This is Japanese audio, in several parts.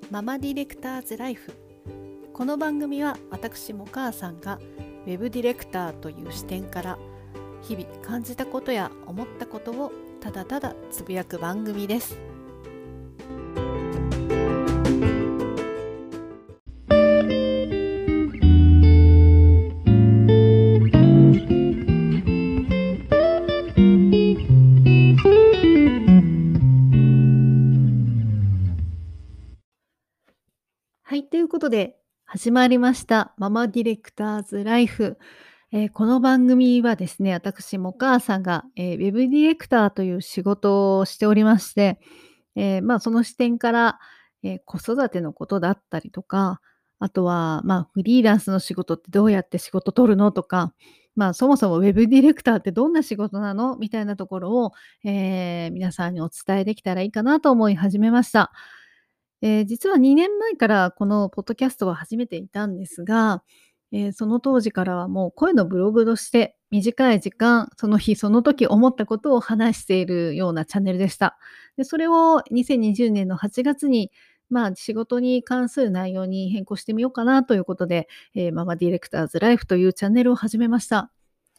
ママディレクターズライフ。この番組は私も母さんがウェブディレクターという視点から日々感じたことや思ったことをただただつぶやく番組です。はい、ということで始まりましたママディレクターズライフ。この番組はですね、私も母さんが、ウェブディレクターという仕事をしておりまして、その視点から、子育てのことだったりとか、あとは、フリーランスの仕事ってどうやって仕事取るのとか、そもそもウェブディレクターってどんな仕事なのみたいなところを、皆さんにお伝えできたらいいかなと思い始めました。実は2年前からこのポッドキャストを始めていたんですが、その当時からはもう声のブログとして短い時間、その日その時思ったことを話しているようなチャンネルでした。で、それを2020年の8月に、仕事に関する内容に変更してみようかなということで、ママディレクターズライフというチャンネルを始めました。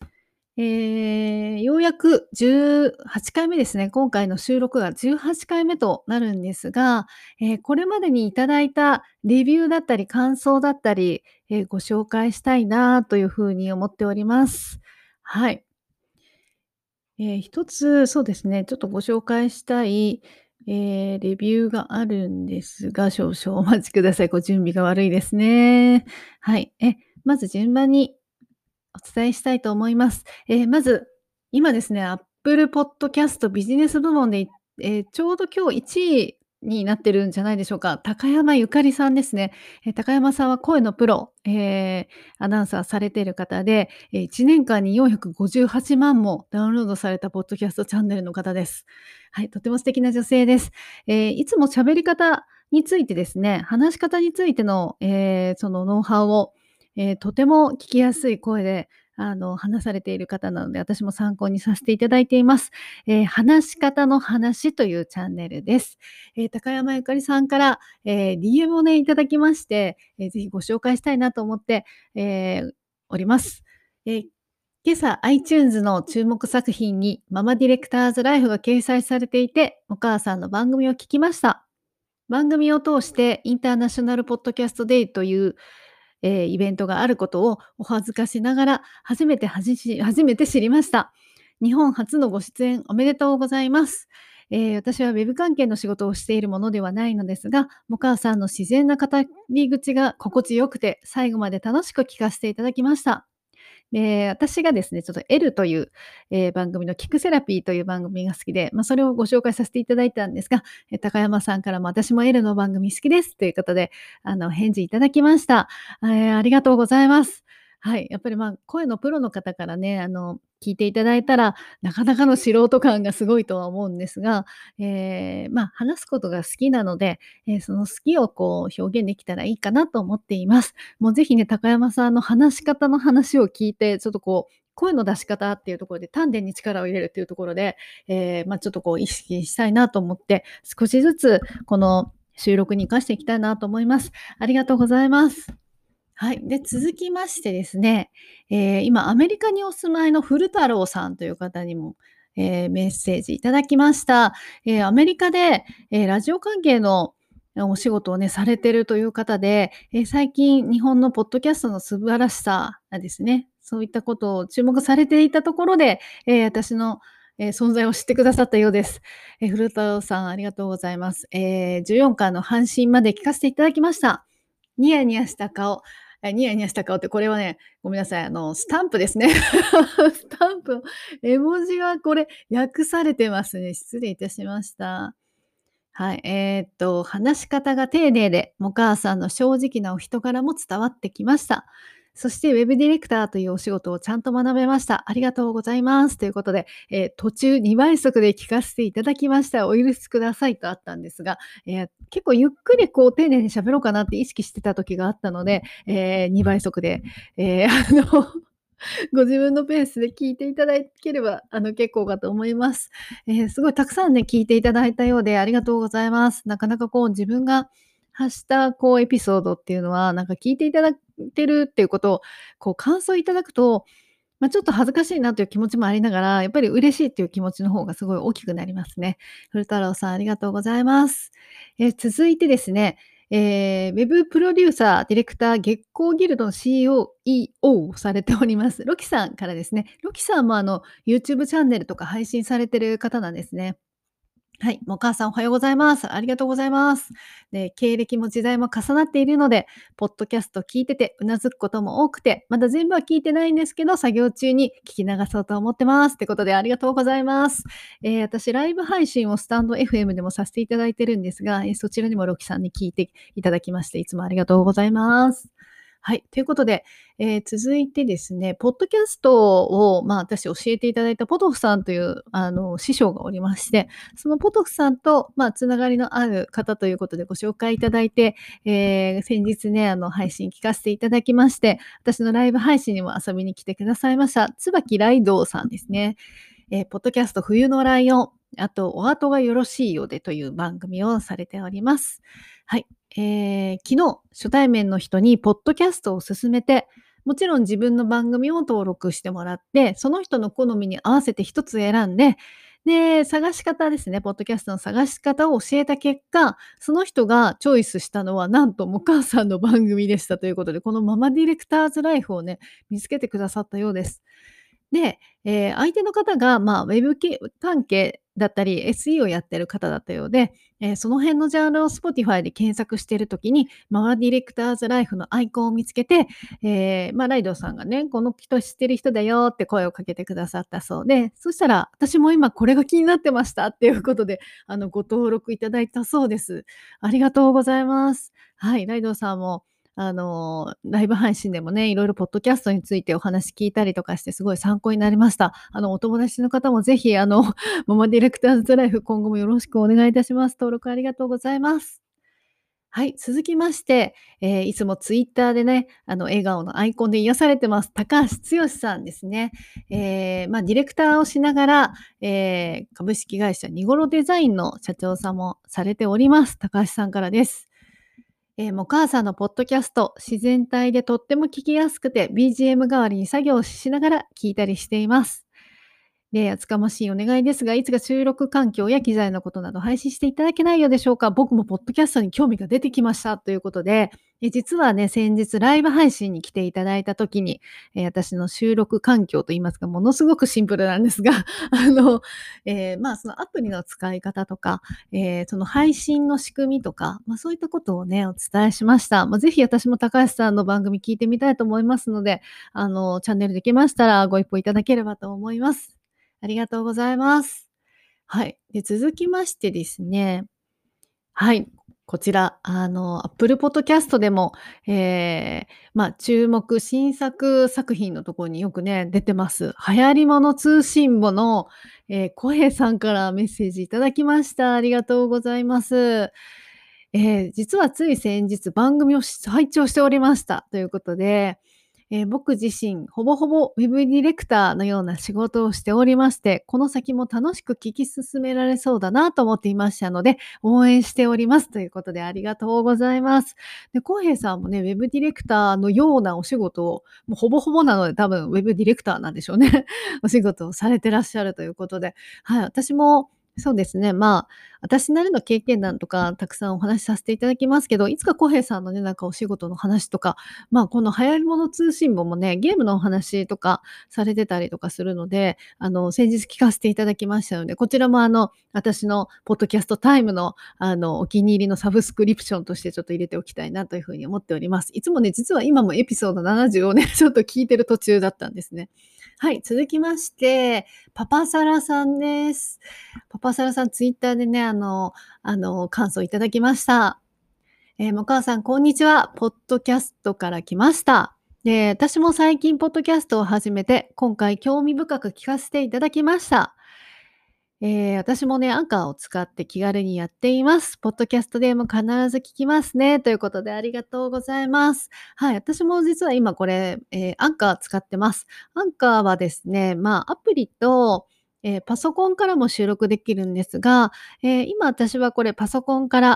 ようやく18回目ですね。今回の収録が18回目となるんですが、これまでにいただいたレビューだったり感想だったり、ご紹介したいなというふうに思っております。はい。一つそうですね、ちょっとご紹介したい、レビューがあるんですが、少々お待ちください。ご準備が悪いですね。はい。まず順番にお伝えしたいと思います。まず、今ですね、Apple Podcast ビジネス部門で、ちょうど今日1位になってるんじゃないでしょうか。高山ゆかりさんですね。高山さんは声のプロ、アナウンサーされている方で、1年間に458万もダウンロードされたポッドキャストチャンネルの方です。はい、とても素敵な女性です。いつも喋り方についてですね、話し方についての、そのノウハウをとても聞きやすい声で、話されている方なので、私も参考にさせていただいています。話し方の話というチャンネルです。高山ゆかりさんから、DM をね、いただきまして、ぜひご紹介したいなと思って、おります。今朝 iTunes の注目作品にママディレクターズライフが掲載されていて、お母さんの番組を聞きました。番組を通してインターナショナルポッドキャストデイという、イベントがあることをお恥ずかしながら初めて知りました。日本初のご出演おめでとうございます。私はウェブ関係の仕事をしているものではないのですが、もかあさんの自然な語り口が心地よくて、最後まで楽しく聞かせていただきました。で、私がですね、ちょっと L という、番組の聞くセラピーという番組が好きで、それをご紹介させていただいたんですが、高山さんからも私も L の番組好きですということで、返事いただきました。ありがとうございます。はい、やっぱり、声のプロの方からね、聞いていただいたら、なかなかの素人感がすごいとは思うんですが、話すことが好きなので、その好きをこう表現できたらいいかなと思っています。もうぜひね、高山さんの話し方の話を聞いて、ちょっとこう、声の出し方っていうところで、丹田に力を入れるっていうところで、ちょっとこう意識したいなと思って、少しずつこの収録に活かしていきたいなと思います。ありがとうございます。はい。で、続きましてですね、今アメリカにお住まいの古太郎さんという方にも、メッセージいただきました。アメリカで、ラジオ関係のお仕事をね、されてるという方で、最近日本のポッドキャストの素晴らしさがですね、そういったことを注目されていたところで、私の、存在を知ってくださったようです。古太郎さんありがとうございます。14巻の配信まで聞かせていただきました。ニヤニヤした顔。ニヤニヤした顔ってこれはね、ごめんなさい、スタンプですね。スタンプ、絵文字はこれ訳されてますね。失礼いたしました。はい、話し方が丁寧で、お母さんの正直なお人柄も伝わってきました。そしてウェブディレクターというお仕事をちゃんと学べました。ありがとうございます。ということで、途中2倍速で聞かせていただきました。お許しくださいとあったんですが、結構ゆっくりこう丁寧に喋ろうかなって意識してた時があったので、2倍速で、ご自分のペースで聞いていただければ、結構かと思います。すごいたくさんね、聞いていただいたようでありがとうございます。なかなかこう自分が発したこうエピソードっていうのは、なんか聞いていただいてるっていうことを、こう感想いただくと、ちょっと恥ずかしいなという気持ちもありながら、やっぱり嬉しいっていう気持ちの方がすごい大きくなりますね。古太郎さんありがとうございます。続いてですね、ウェブプロデューサー、ディレクター、月光ギルドの CEO をされております、ロキさんからですね。ロキさんもYouTube チャンネルとか配信されてる方なんですね。はい、もうお母さんおはようございます。ありがとうございます。で、経歴も時代も重なっているので、ポッドキャスト聞いててうなずくことも多くて、まだ全部は聞いてないんですけど、作業中に聞き流そうと思ってます。ってことでありがとうございます。私ライブ配信をスタンド FM でもさせていただいてるんですが、そちらにもロキさんに聞いていただきまして、いつもありがとうございます。はい、ということで、続いてですね、ポッドキャストを、私教えていただいたポトフさんという、師匠がおりまして、そのポトフさんと、つながりのある方ということでご紹介いただいて、先日ね、配信聞かせていただきまして、私のライブ配信にも遊びに来てくださいました、椿ライドウさんですね。ポッドキャスト冬のライオン、あと、お後がよろしいようでという番組をされております。はい。昨日、初対面の人にポッドキャストを勧めて、もちろん自分の番組を登録してもらって、その人の好みに合わせて一つ選んで、で、探し方ですね、ポッドキャストの探し方を教えた結果、その人がチョイスしたのは、なんともかさんの番組でしたということで、このママディレクターズライフをね、見つけてくださったようです。で、相手の方が、ウェブ関係だったり、SE をやってる方だったようで、その辺のジャンルを Spotify で検索しているときに、ママディレクターズライフのアイコンを見つけて、ライドさんがね、この人知ってる人だよって声をかけてくださったそうで、そしたら、私も今これが気になってましたっていうことで、ご登録いただいたそうです。ありがとうございます。はい、ライドさんもライブ配信でもね、いろいろポッドキャストについてお話聞いたりとかしてすごい参考になりました。お友達の方もぜひ、ママディレクターズライフ今後もよろしくお願いいたします。登録ありがとうございます。はい、続きまして、いつもツイッターでね、笑顔のアイコンで癒されてます、高橋剛さんですね。ディレクターをしながら、株式会社ニゴロデザインの社長さんもされております。高橋さんからです。もうお母さんのポッドキャスト、自然体でとっても聞きやすくて、BGM 代わりに作業をしながら聞いたりしています。で、厚かましいお願いですが、いつか収録環境や機材のことなど配信していただけないようでしょうか。僕もポッドキャストに興味が出てきましたということで、実はね、先日ライブ配信に来ていただいた時に、私の収録環境といいますか、ものすごくシンプルなんですが、そのアプリの使い方とか、その配信の仕組みとか、そういったことをね、お伝えしました。ぜひ私も高橋さんの番組聞いてみたいと思いますので、チャンネルできましたらご一報いただければと思います。ありがとうございます。はい。で、続きましてですね、はい、こちら、Apple Podcast でも、注目新作作品のところによくね、出てます。流行り物通信簿の、コヘさんからメッセージいただきました。ありがとうございます。実はつい先日番組を拝聴しておりましたということで、僕自身ほぼほぼウェブディレクターのような仕事をしておりまして、この先も楽しく聞き進められそうだなと思っていましたので、応援しておりますということでありがとうございます。で、コウヘイさんもね、ウェブディレクターのようなお仕事を、もうほぼほぼなので多分ウェブディレクターなんでしょうね。お仕事をされてらっしゃるということで、はい、私もそうですね。私なりの経験談とかたくさんお話しさせていただきますけど、いつかコヘイさんのね、なんかお仕事の話とか、この流行り物通信簿もね、ゲームのお話とかされてたりとかするので、先日聞かせていただきましたので、こちらも私のポッドキャストタイムの、お気に入りのサブスクリプションとしてちょっと入れておきたいなというふうに思っております。いつもね、実は今もエピソード70をね、ちょっと聞いてる途中だったんですね。はい、続きまして、パパサラさんです。パパサラさん、ツイッターでね、感想いただきました。もかあさん、こんにちは。ポッドキャストから来ました。で、私も最近ポッドキャストを始めて、今回興味深く聞かせていただきました。私もね、アンカーを使って気軽にやっています。ポッドキャストでも必ず聞きますね。ということでありがとうございます。はい、私も実は今これ、アンカー使ってます。アンカーはですね、アプリと、パソコンからも収録できるんですが、今私はこれパソコンから、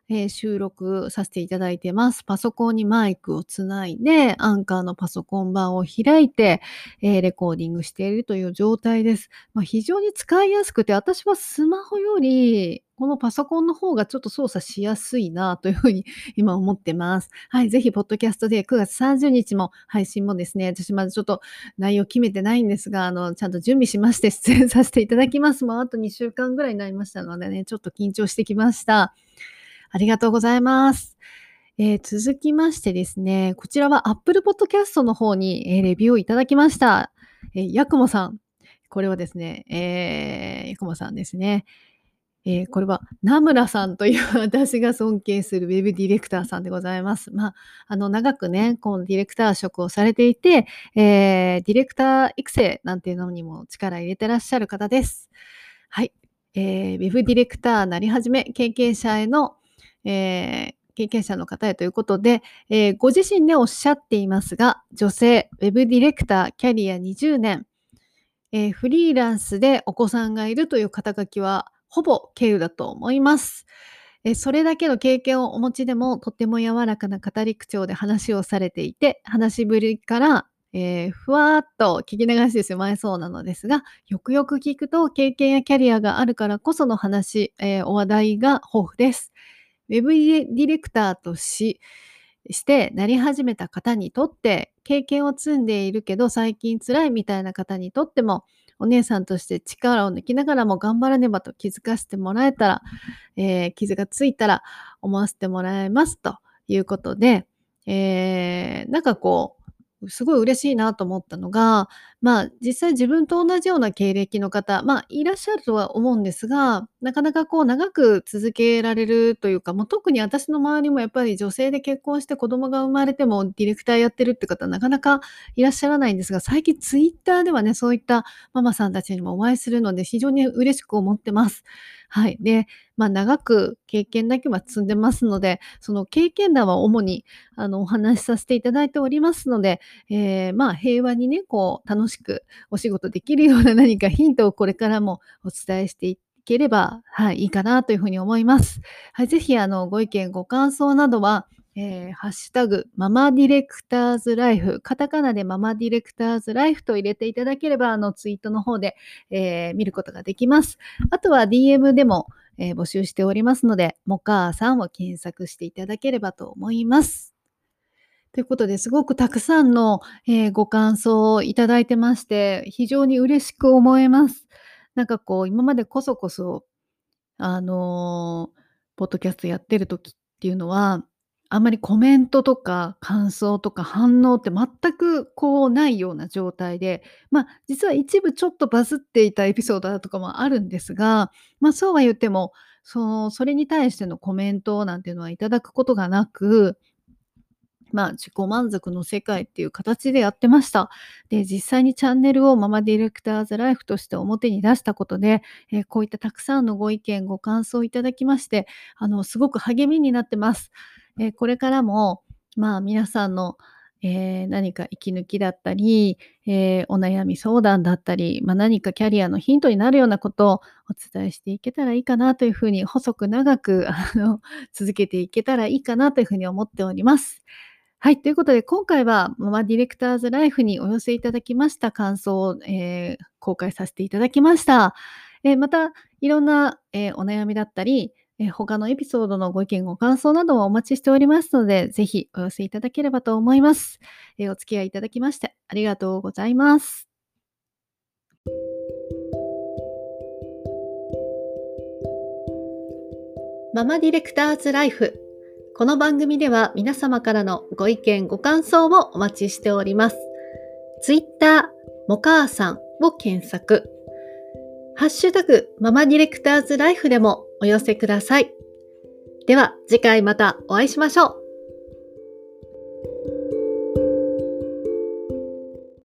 収録させていただいてます。パソコンにマイクをつないで、アンカーのパソコン版を開いて、レコーディングしているという状態です。非常に使いやすくて、私はスマホより、このパソコンの方がちょっと操作しやすいなというふうに今思ってます。はい、ぜひポッドキャストで9月30日も配信もですね、私まだちょっと内容決めてないんですが、ちゃんと準備しまして出演させていただきます。もうあと2週間ぐらいになりましたのでね、ちょっと緊張してきました。ありがとうございます。続きましてですね、こちらは Apple Podcast の方に、レビューをいただきました。ヤクモさん。これはですね、ヤクモさんですね。これは名村さんという私が尊敬するウェブディレクターさんでございます。長くね、このディレクター職をされていて、ディレクター育成なんていうのにも力入れてらっしゃる方です。はい。ウェブディレクターなり始め、経験者の方へということで、ご自身でおっしゃっていますが、女性、ウェブディレクター、キャリア20年、フリーランスでお子さんがいるという肩書きは、ほぼ経由だと思います。それだけの経験をお持ちでも、とても柔らかな語り口調で話をされていて、話しぶりから、ふわーっと聞き流してしまいそうなのですが、よくよく聞くと経験やキャリアがあるからこその話、お話題が豊富です。ウェブディレクターとしてなり始めた方にとって、経験を積んでいるけど最近辛いみたいな方にとっても、お姉さんとして力を抜きながらも頑張らねばと気づかせてもらえたら、傷がついたら思わせてもらえますということで、なんかこう、すごい嬉しいなと思ったのが、実際自分と同じような経歴の方、いらっしゃるとは思うんですが、なかなかこう長く続けられるというか、もう特に私の周りもやっぱり女性で結婚して子供が生まれてもディレクターやってるって方なかなかいらっしゃらないんですが、最近ツイッターではね、そういったママさんたちにもお会いするので非常に嬉しく思ってます。はい。で、長く経験だけは積んでますので、その経験談は主にお話しさせていただいておりますので、平和にね、こう楽しくお仕事できるような何かヒントをこれからもお伝えしていければ、はい、いいかなというふうに思います。はい、ぜひご意見、ご感想などは、ハッシュタグママディレクターズライフ、カタカナでママディレクターズライフと入れていただければ、ツイートの方で、見ることができます。あとは DM でも、募集しておりますので、もかーさんを検索していただければと思います。ということで、すごくたくさんの、ご感想をいただいてまして、非常に嬉しく思えます。なんかこう、今までこそこそ、ポッドキャストやってる時っていうのは、あんまりコメントとか感想とか反応って全くこうないような状態で、実は一部ちょっとバズっていたエピソードだとかもあるんですが、そうは言っても、それに対してのコメントなんていうのはいただくことがなく、自己満足の世界っていう形でやってました。で、実際にチャンネルをママディレクターズライフとして表に出したことで、こういったたくさんのご意見、ご感想をいただきまして、すごく励みになってます。これからも、皆さんの、何か息抜きだったり、お悩み相談だったり、何かキャリアのヒントになるようなことをお伝えしていけたらいいかなというふうに、細く長く続けていけたらいいかなというふうに思っております。はい、ということで今回はママディレクターズライフにお寄せいただきました感想を、公開させていただきました。またいろんな、お悩みだったり、他のエピソードのご意見ご感想などもお待ちしておりますので、ぜひお寄せいただければと思います。お付き合いいただきましてありがとうございます。ママディレクターズライフ。この番組では皆様からのご意見ご感想をお待ちしております。ツイッターもかーさんを検索。ハッシュタグママディレクターズライフでもお寄せください。では次回またお会いしましょう。